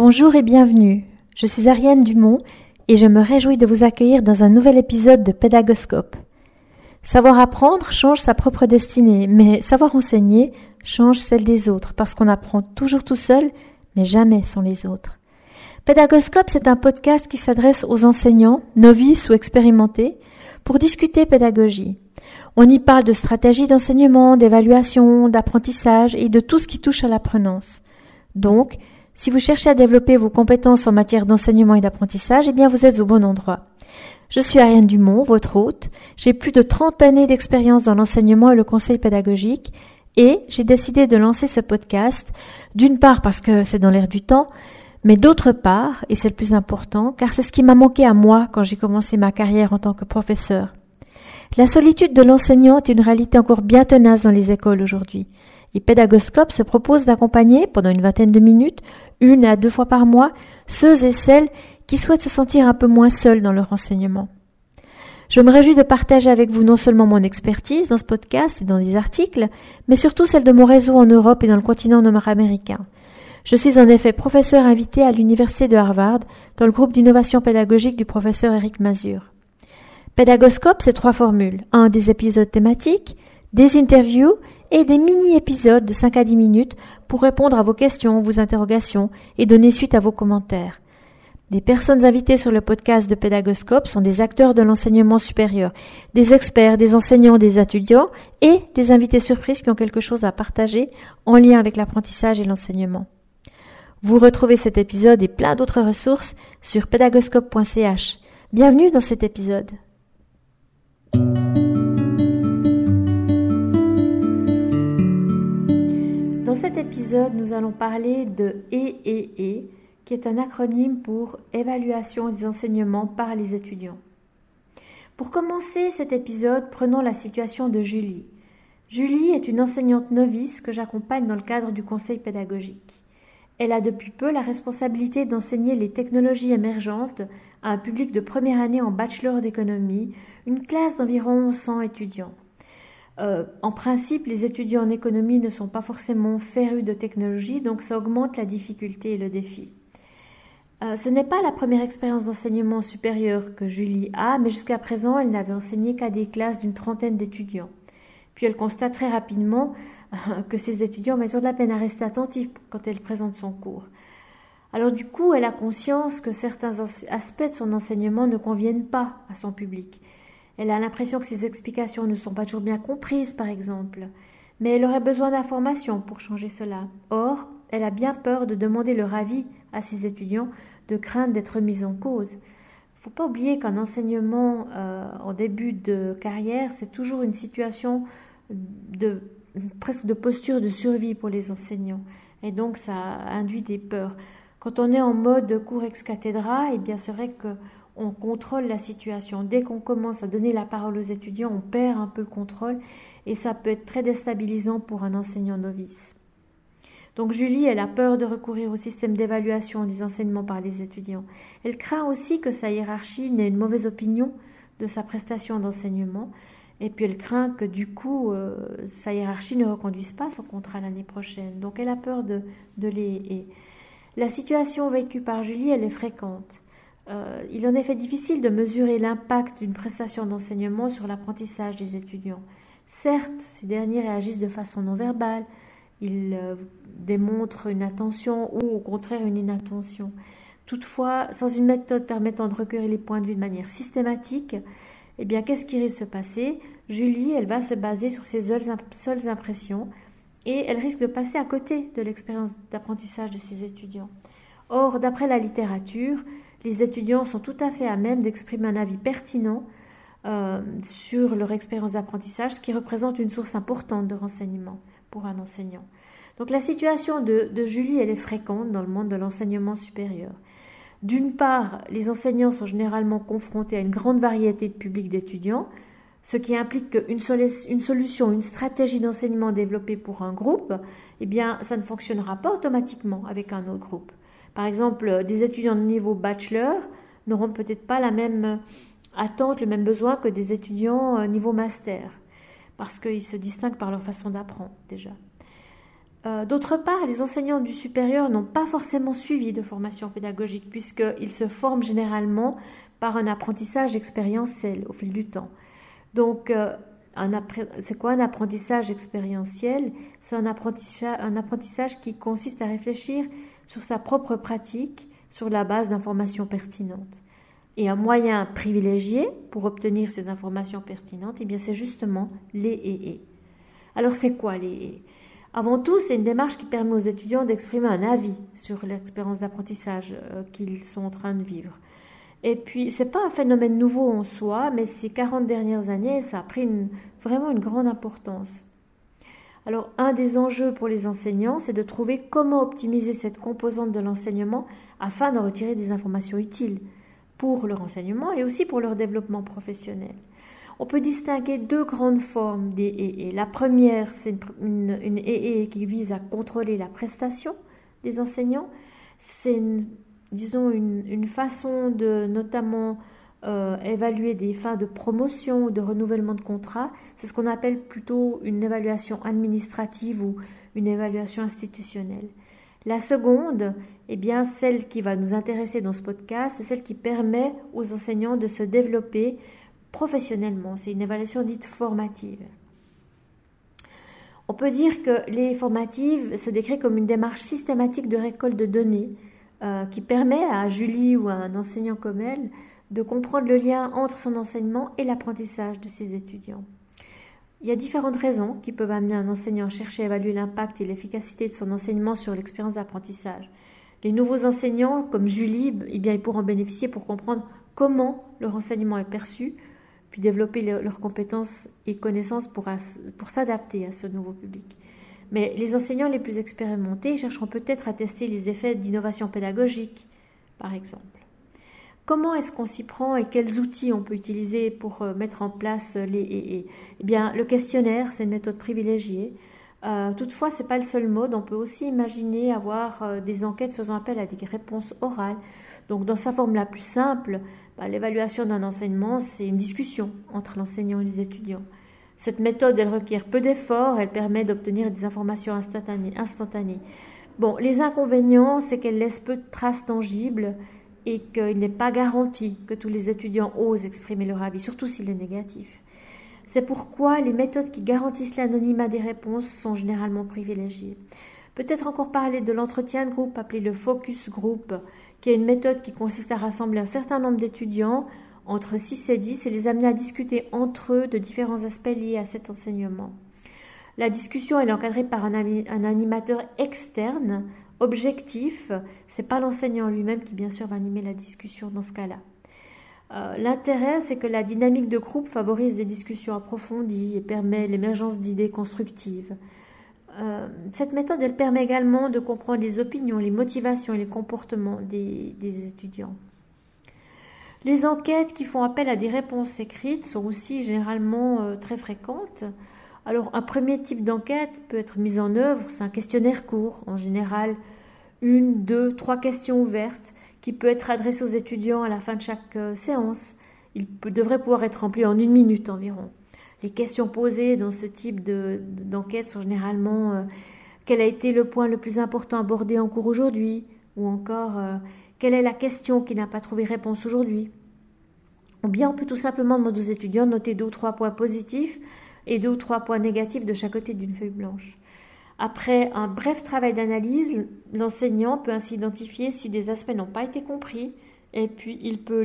Bonjour et bienvenue, je suis Ariane Dumont et je me réjouis de vous accueillir dans un nouvel épisode de Pédagoscope. Savoir apprendre change sa propre destinée, mais savoir enseigner change celle des autres parce qu'on apprend toujours tout seul, mais jamais sans les autres. Pédagoscope, c'est un podcast qui s'adresse aux enseignants, novices ou expérimentés, pour discuter pédagogie. On y parle de stratégies d'enseignement, d'évaluation, d'apprentissage et de tout ce qui touche à l'apprenance. Donc, si vous cherchez à développer vos compétences en matière d'enseignement et d'apprentissage, eh bien vous êtes au bon endroit. Je suis Ariane Dumont, votre hôte. J'ai plus de 30 années d'expérience dans l'enseignement et le conseil pédagogique et j'ai décidé de lancer ce podcast, d'une part parce que c'est dans l'air du temps, mais d'autre part, et c'est le plus important, car c'est ce qui m'a manqué à moi quand j'ai commencé ma carrière en tant que professeur. La solitude de l'enseignant est une réalité encore bien tenace dans les écoles aujourd'hui. Et Pédagoscope se propose d'accompagner, pendant une vingtaine de minutes, 1 à 2 fois par mois, ceux et celles qui souhaitent se sentir un peu moins seuls dans leur enseignement. Je me réjouis de partager avec vous non seulement mon expertise dans ce podcast et dans des articles, mais surtout celle de mon réseau en Europe et dans le continent nord-américain. Je suis en effet professeur invité à l'université de Harvard dans le groupe d'innovation pédagogique du professeur Eric Mazur. Pédagoscope, c'est 3 formules. Des épisodes thématiques, des interviews et des mini-épisodes de 5 à 10 minutes pour répondre à vos questions, vos interrogations et donner suite à vos commentaires. Des personnes invitées sur le podcast de Pédagoscope sont des acteurs de l'enseignement supérieur, des experts, des enseignants, des étudiants et des invités surprises qui ont quelque chose à partager en lien avec l'apprentissage et l'enseignement. Vous retrouvez cet épisode et plein d'autres ressources sur pédagoscope.ch. Bienvenue dans cet épisode. Dans cet épisode, nous allons parler de EEE, qui est un acronyme pour Évaluation des enseignements par les étudiants. Pour commencer cet épisode, prenons la situation de Julie. Julie est une enseignante novice que j'accompagne dans le cadre du conseil pédagogique. Elle a depuis peu la responsabilité d'enseigner les technologies émergentes à un public de première année en bachelor d'économie, une classe d'environ 100 étudiants. En principe, les étudiants en économie ne sont pas forcément férus de technologie, donc ça augmente la difficulté et le défi. Ce n'est pas la première expérience d'enseignement supérieur que Julie a, mais jusqu'à présent, elle n'avait enseigné qu'à des classes d'une 30aine d'étudiants. Puis elle constate très rapidement que ces étudiants ont de la peine à rester attentifs quand elle présente son cours. Alors du coup, elle a conscience que certains aspects de son enseignement ne conviennent pas à son public. Elle a l'impression que ses explications ne sont pas toujours bien comprises, par exemple. Mais elle aurait besoin d'informations pour changer cela. Or, elle a bien peur de demander leur avis à ses étudiants, de crainte d'être mise en cause. Il ne faut pas oublier qu'un enseignement en début de carrière, c'est toujours une situation presque de posture de survie pour les enseignants. Et donc, ça induit des peurs. Quand on est en mode cours ex cathedra, eh bien, c'est vrai qu'on contrôle la situation. Dès qu'on commence à donner la parole aux étudiants, on perd un peu le contrôle et ça peut être très déstabilisant pour un enseignant novice. Donc Julie, elle a peur de recourir au système d'évaluation des enseignements par les étudiants. Elle craint aussi que sa hiérarchie n'ait une mauvaise opinion de sa prestation d'enseignement. Et puis elle craint que du coup, sa hiérarchie ne reconduise pas son contrat l'année prochaine. Donc elle a peur de La situation vécue par Julie, elle est fréquente. Il en est fait difficile de mesurer l'impact d'une prestation d'enseignement sur l'apprentissage des étudiants. Certes, ces derniers réagissent de façon non verbale, ils démontrent une attention ou au contraire une inattention. Toutefois, sans une méthode permettant de recueillir les points de vue de manière systématique, eh bien, qu'est-ce qui risque de se passer ? Julie, elle va se baser sur ses seules impressions et elle risque de passer à côté de l'expérience d'apprentissage de ses étudiants. Or, d'après la littérature, les étudiants sont tout à fait à même d'exprimer un avis pertinent sur leur expérience d'apprentissage, ce qui représente une source importante de renseignement pour un enseignant. Donc la situation de Julie, elle est fréquente dans le monde de l'enseignement supérieur. D'une part, les enseignants sont généralement confrontés à une grande variété de publics d'étudiants, ce qui implique qu'une solution, une stratégie d'enseignement développée pour un groupe, eh bien, ça ne fonctionnera pas automatiquement avec un autre groupe. Par exemple, des étudiants de niveau bachelor n'auront peut-être pas la même attente, le même besoin que des étudiants niveau master, parce qu'ils se distinguent par leur façon d'apprendre déjà. D'autre part, les enseignants du supérieur n'ont pas forcément suivi de formation pédagogique puisqu'ils se forment généralement par un apprentissage expérientiel au fil du temps. Donc, c'est quoi un apprentissage expérientiel? C'est un apprentissage qui consiste à réfléchir sur sa propre pratique sur la base d'informations pertinentes. Et un moyen privilégié pour obtenir ces informations pertinentes, eh bien, c'est justement les EE. Alors, c'est quoi les EE? Avant tout, c'est une démarche qui permet aux étudiants d'exprimer un avis sur l'expérience d'apprentissage qu'ils sont en train de vivre. Et puis, ce n'est pas un phénomène nouveau en soi, mais ces 40 dernières années, ça a pris vraiment une grande importance. Alors, un des enjeux pour les enseignants, c'est de trouver comment optimiser cette composante de l'enseignement afin de retirer des informations utiles pour leur enseignement et aussi pour leur développement professionnel. On peut distinguer deux grandes formes des EE. La première, c'est une EE qui vise à contrôler la prestation des enseignants. C'est une façon de notamment évaluer des fins de promotion ou de renouvellement de contrat. C'est ce qu'on appelle plutôt une évaluation administrative ou une évaluation institutionnelle. La seconde, eh bien, celle qui va nous intéresser dans ce podcast, c'est celle qui permet aux enseignants de se développer professionnellement. C'est une évaluation dite formative. On peut dire que les formatives se décrit comme une démarche systématique de récolte de données qui permet à Julie ou à un enseignant comme elle de comprendre le lien entre son enseignement et l'apprentissage de ses étudiants. Il y a différentes raisons qui peuvent amener un enseignant à chercher à évaluer l'impact et l'efficacité de son enseignement sur l'expérience d'apprentissage. Les nouveaux enseignants, comme Julie, eh bien, ils pourront en bénéficier pour comprendre comment leur enseignement est perçu, puis développer leurs compétences et connaissances pour s'adapter à ce nouveau public. Mais les enseignants les plus expérimentés chercheront peut-être à tester les effets d'innovation pédagogique, par exemple. Comment est-ce qu'on s'y prend et quels outils on peut utiliser pour mettre en place les EE? Eh bien, le questionnaire, c'est une méthode privilégiée. Toutefois, ce n'est pas le seul mode. On peut aussi imaginer avoir des enquêtes faisant appel à des réponses orales. Donc, dans sa forme la plus simple, l'évaluation d'un enseignement, c'est une discussion entre l'enseignant et les étudiants. Cette méthode, elle requiert peu d'efforts, elle permet d'obtenir des informations instantanées. Bon, les inconvénients, c'est qu'elle laisse peu de traces tangibles et qu'il n'est pas garanti que tous les étudiants osent exprimer leur avis, surtout s'il est négatif. C'est pourquoi les méthodes qui garantissent l'anonymat des réponses sont généralement privilégiées. Peut-être encore parler de l'entretien de groupe, appelé le focus group, qui est une méthode qui consiste à rassembler un certain nombre d'étudiants, entre 6 et 10, et les amener à discuter entre eux de différents aspects liés à cet enseignement. La discussion est encadrée par un animateur externe, objectif. C'est pas l'enseignant lui-même qui, bien sûr, va animer la discussion dans ce cas-là. L'intérêt, c'est que la dynamique de groupe favorise des discussions approfondies et permet l'émergence d'idées constructives. Cette méthode, elle permet également de comprendre les opinions, les motivations et les comportements des étudiants. Les enquêtes qui font appel à des réponses écrites sont aussi généralement très fréquentes. Alors, un premier type d'enquête peut être mis en œuvre, c'est un questionnaire court, en général 1, 2, 3 questions ouvertes, qui peut être adressé aux étudiants à la fin de chaque séance. Il devrait pouvoir être rempli en 1 minute environ. Les questions posées dans ce type d'enquête sont généralement quel a été le point le plus important abordé en cours aujourd'hui, ou encore quelle est la question qui n'a pas trouvé réponse aujourd'hui. Ou bien on peut tout simplement demander aux étudiants de noter 2 ou 3 points positifs et 2 ou 3 points négatifs de chaque côté d'une feuille blanche. Après un bref travail d'analyse, l'enseignant peut ainsi identifier si des aspects n'ont pas été compris et puis il peut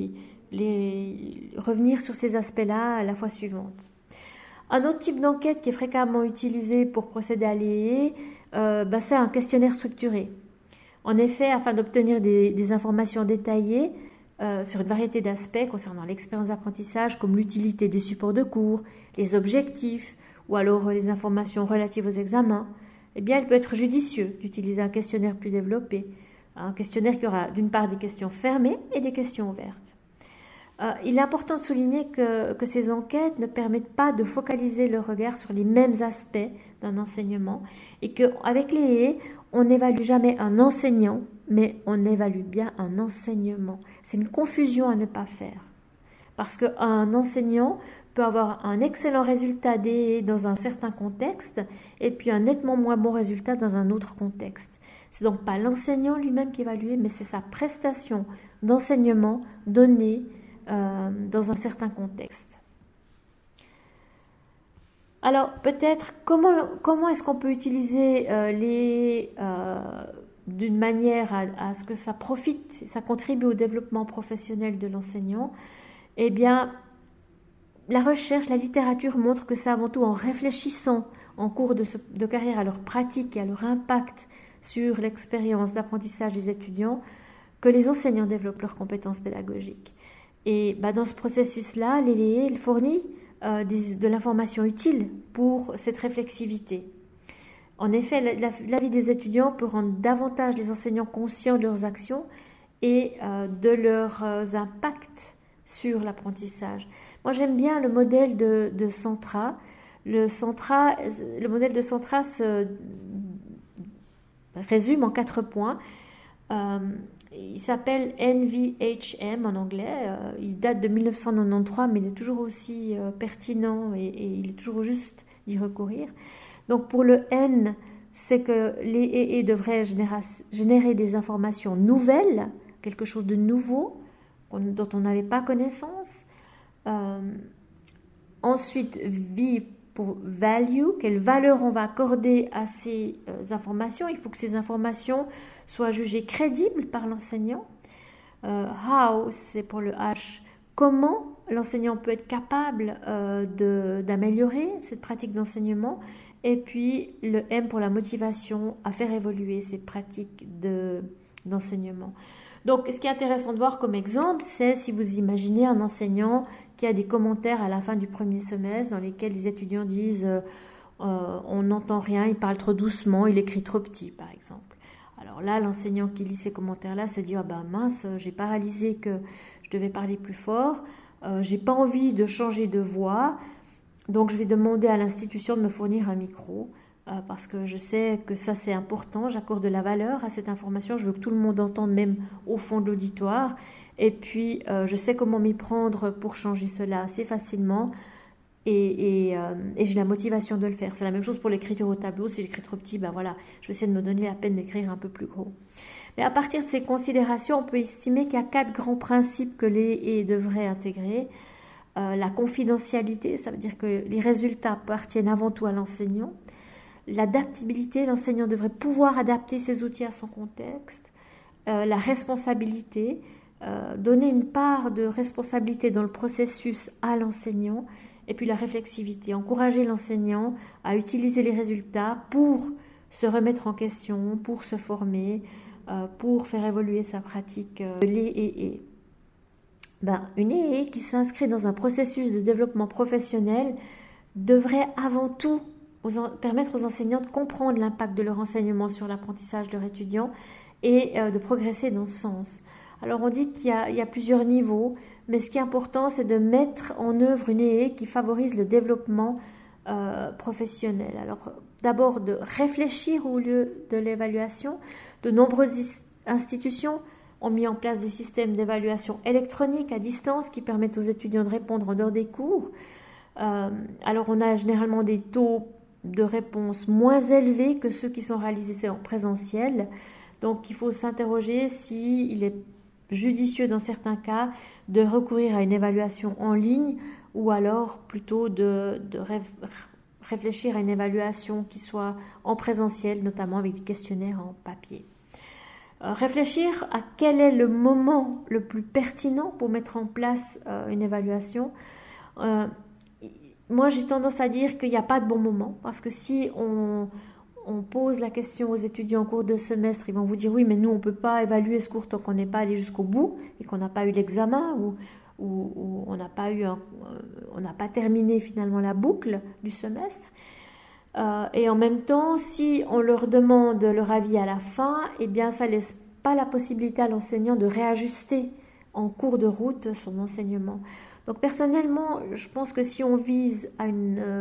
revenir sur ces aspects-là à la fois suivante. Un autre type d'enquête qui est fréquemment utilisé pour procéder à l'EE, c'est un questionnaire structuré. En effet, afin d'obtenir des informations détaillées sur une variété d'aspects concernant l'expérience d'apprentissage, comme l'utilité des supports de cours, les objectifs, ou alors les informations relatives aux examens, eh bien, il peut être judicieux d'utiliser un questionnaire plus développé. Un questionnaire qui aura d'une part des questions fermées et des questions ouvertes. Il est important de souligner que ces enquêtes ne permettent pas de focaliser le regard sur les mêmes aspects d'un enseignement et qu'avec les EE, on n'évalue jamais un enseignant, mais on évalue bien un enseignement. C'est une confusion à ne pas faire. Parce qu'un enseignant peut avoir un excellent résultat dans un certain contexte et puis un nettement moins bon résultat dans un autre contexte. C'est donc pas l'enseignant lui-même qui est évalué, mais c'est sa prestation d'enseignement donnée dans un certain contexte. Alors peut-être comment est-ce qu'on peut utiliser d'une manière à ce que ça profite, ça contribue au développement professionnel de l'enseignant? Eh bien, la recherche, la littérature montre que c'est avant tout en réfléchissant en cours de carrière à leur pratique et à leur impact sur l'expérience d'apprentissage des étudiants que les enseignants développent leurs compétences pédagogiques. Et dans ce processus-là, l'ELE fournit de l'information utile pour cette réflexivité. En effet, l'avis des étudiants peut rendre davantage les enseignants conscients de leurs actions et de leurs impacts sur l'apprentissage. Moi, j'aime bien le modèle de Centra. Le modèle de Centra se résume en 4 points. Il s'appelle NVHM en anglais. Il date de 1993, mais il est toujours aussi pertinent et il est toujours juste d'y recourir. Donc pour le N, c'est que les EE devraient générer des informations nouvelles, quelque chose de nouveau dont on n'avait pas connaissance. Ensuite, V pour value, quelle valeur on va accorder à ces informations. Il faut que ces informations soient jugées crédibles par l'enseignant. How, c'est pour le H, comment l'enseignant peut être capable d'améliorer cette pratique d'enseignement. Et puis le M pour la motivation à faire évoluer ces pratiques d'enseignement. Donc, ce qui est intéressant de voir comme exemple, c'est si vous imaginez un enseignant qui a des commentaires à la fin du premier semestre dans lesquels les étudiants disent on n'entend rien, il parle trop doucement, il écrit trop petit, par exemple. Alors là, l'enseignant qui lit ces commentaires-là se dit mince, j'ai pas réalisé que je devais parler plus fort, j'ai pas envie de changer de voix, donc je vais demander à l'institution de me fournir un micro. Parce que je sais que ça c'est important, j'accorde de la valeur à cette information, je veux que tout le monde entende même au fond de l'auditoire, et puis je sais comment m'y prendre pour changer cela assez facilement, et j'ai la motivation de le faire. C'est la même chose pour l'écriture au tableau, si j'écris trop petit, voilà, je vais essayer de me donner la peine d'écrire un peu plus gros. Mais à partir de ces considérations, on peut estimer qu'il y a 4 grands principes que les devraient intégrer. La confidentialité, ça veut dire que les résultats appartiennent avant tout à l'enseignant. L'adaptabilité, l'enseignant devrait pouvoir adapter ses outils à son contexte. La responsabilité, donner une part de responsabilité dans le processus à l'enseignant. Et puis la réflexivité, encourager l'enseignant à utiliser les résultats pour se remettre en question, pour se former, pour faire évoluer sa pratique. Les EE. Une EE qui s'inscrit dans un processus de développement professionnel devrait avant tout permettre aux enseignants de comprendre l'impact de leur enseignement sur l'apprentissage de leurs étudiants et de progresser dans ce sens. Alors on dit qu'il y a plusieurs niveaux, mais ce qui est important, c'est de mettre en œuvre une EE qui favorise le développement professionnel. Alors d'abord de réfléchir au lieu de l'évaluation. De nombreuses institutions ont mis en place des systèmes d'évaluation électronique à distance qui permettent aux étudiants de répondre en dehors des cours. Alors on a généralement des taux de réponse moins élevés que ceux qui sont réalisés en présentiel. Donc il faut s'interroger s'il est judicieux dans certains cas de recourir à une évaluation en ligne ou alors plutôt de réfléchir à une évaluation qui soit en présentiel, notamment avec des questionnaires en papier. Réfléchir à quel est le moment le plus pertinent pour mettre en place une évaluation. Moi, j'ai tendance à dire qu'il n'y a pas de bon moment, parce que si on pose la question aux étudiants en cours de semestre, ils vont vous dire oui, mais nous, on ne peut pas évaluer ce cours tant qu'on n'est pas allé jusqu'au bout et qu'on n'a pas eu l'examen ou on n'a pas terminé finalement la boucle du semestre. Et en même temps, si on leur demande leur avis à la fin, eh bien, ça ne laisse pas la possibilité à l'enseignant de réajuster en cours de route son enseignement. Donc personnellement, je pense que si on vise à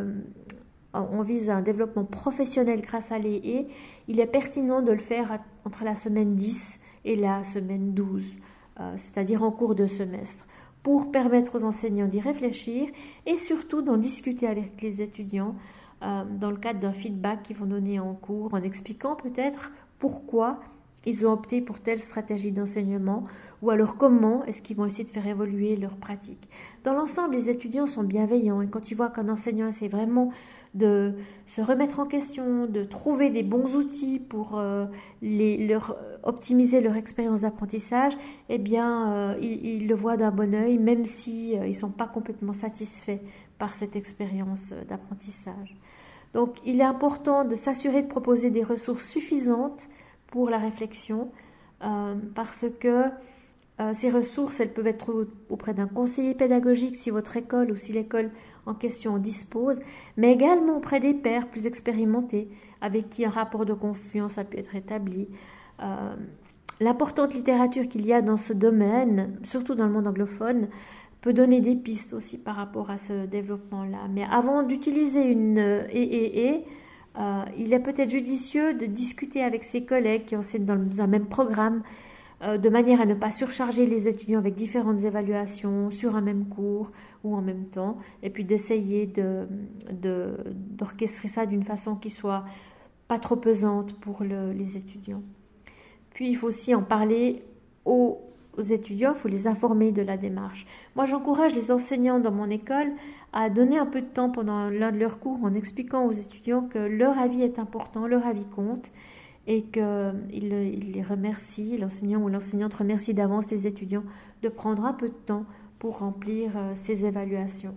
un développement professionnel grâce à l'EE, il est pertinent de le faire entre la semaine 10 et la semaine 12, c'est-à-dire en cours de semestre, pour permettre aux enseignants d'y réfléchir et surtout d'en discuter avec les étudiants dans le cadre d'un feedback qu'ils vont donner en cours, en expliquant peut-être pourquoi ils ont opté pour telle stratégie d'enseignement ou alors comment est-ce qu'ils vont essayer de faire évoluer leur pratique. Dans l'ensemble, les étudiants sont bienveillants et quand ils voient qu'un enseignant essaie vraiment de se remettre en question, de trouver des bons outils pour optimiser leur expérience d'apprentissage, eh bien, ils le voient d'un bon œil, même si ils ne sont pas complètement satisfaits par cette expérience d'apprentissage. Donc, il est important de s'assurer de proposer des ressources suffisantes pour la réflexion, parce que ces ressources, elles peuvent être auprès d'un conseiller pédagogique si votre école ou si l'école en question en dispose, mais également auprès des pairs plus expérimentés avec qui un rapport de confiance a pu être établi. L'importante littérature qu'il y a dans ce domaine, surtout dans le monde anglophone, peut donner des pistes aussi par rapport à ce développement-là. Mais avant d'utiliser une EEE, il est peut-être judicieux de discuter avec ses collègues qui enseignent dans un même programme, de manière à ne pas surcharger les étudiants avec différentes évaluations sur un même cours ou en même temps, et puis d'essayer d'orchestrer ça d'une façon qui soit pas trop pesante pour les étudiants. Puis il faut aussi en parler aux étudiants, il faut les informer de la démarche. Moi, j'encourage les enseignants dans mon école à donner un peu de temps pendant l'un de leurs cours en expliquant aux étudiants que leur avis est important, leur avis compte, et qu'ils les remercient, l'enseignant ou l'enseignante remercie d'avance les étudiants de prendre un peu de temps pour remplir ces évaluations.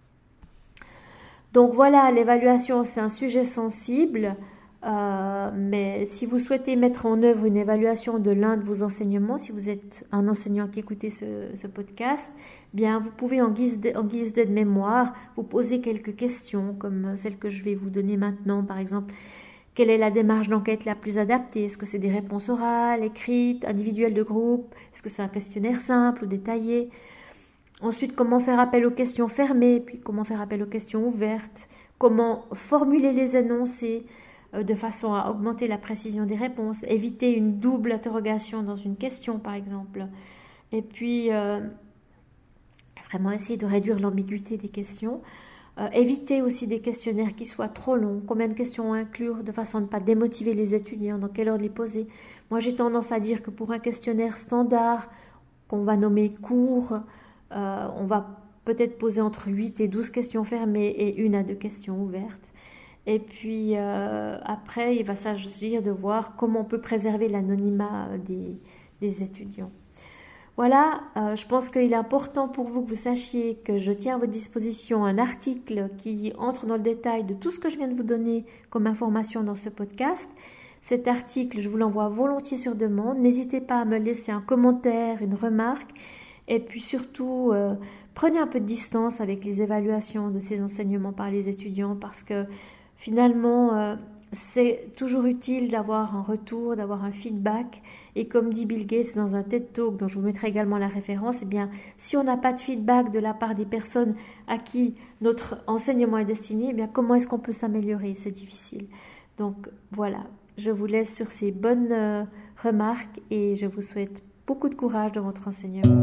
Donc voilà, l'évaluation, c'est un sujet sensible, mais si vous souhaitez mettre en œuvre une évaluation de l'un de vos enseignements, si vous êtes un enseignant qui écoutez ce podcast, bien vous pouvez en guise d'aide mémoire vous poser quelques questions comme celle que je vais vous donner maintenant, par exemple. Quelle est la démarche d'enquête la plus adaptée? Est-ce que c'est des réponses orales, écrites, individuelles de groupe? Est-ce que c'est un questionnaire simple ou détaillé? Ensuite, comment faire appel aux questions fermées, puis comment faire appel aux questions ouvertes? Comment formuler les énoncés de façon à augmenter la précision des réponses? Éviter une double interrogation dans une question, par exemple. Et puis, vraiment essayer de réduire l'ambiguïté des questions. Éviter aussi des questionnaires qui soient trop longs. Combien de questions inclure de façon à ne pas démotiver les étudiants? Dans quelle ordre les poser? Moi, j'ai tendance à dire que pour un questionnaire standard, qu'on va nommer court, on va peut-être poser entre 8 et 12 questions fermées et 1 à 2 questions ouvertes. Et puis, après, il va s'agir de voir comment on peut préserver l'anonymat des étudiants. Voilà, je pense qu'il est important pour vous que vous sachiez que je tiens à votre disposition un article qui entre dans le détail de tout ce que je viens de vous donner comme information dans ce podcast. Cet article, je vous l'envoie volontiers sur demande. N'hésitez pas à me laisser un commentaire, une remarque. Et puis surtout, prenez un peu de distance avec les évaluations de ces enseignements par les étudiants parce que finalement, c'est toujours utile d'avoir un retour, d'avoir un feedback. Et comme dit Bill Gates dans un TED Talk, dont je vous mettrai également la référence, eh bien, si on n'a pas de feedback de la part des personnes à qui notre enseignement est destiné, eh bien, comment est-ce qu'on peut s'améliorer? C'est difficile. Donc voilà, je vous laisse sur ces bonnes remarques et je vous souhaite beaucoup de courage dans votre enseignement.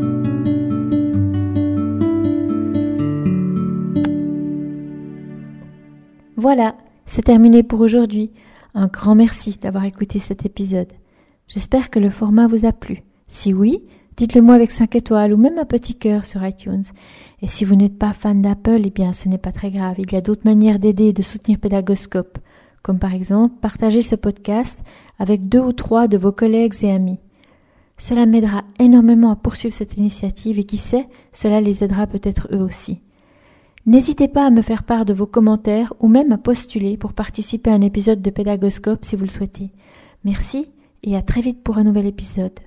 Voilà, c'est terminé pour aujourd'hui. Un grand merci d'avoir écouté cet épisode. J'espère que le format vous a plu. Si oui, dites-le moi avec 5 étoiles ou même un petit cœur sur iTunes. Et si vous n'êtes pas fan d'Apple, eh bien ce n'est pas très grave. Il y a d'autres manières d'aider et de soutenir Pédagoscope, comme par exemple partager ce podcast avec 2 ou 3 de vos collègues et amis. Cela m'aidera énormément à poursuivre cette initiative et qui sait, cela les aidera peut-être eux aussi. N'hésitez pas à me faire part de vos commentaires ou même à postuler pour participer à un épisode de Pédagoscope si vous le souhaitez. Merci et à très vite pour un nouvel épisode.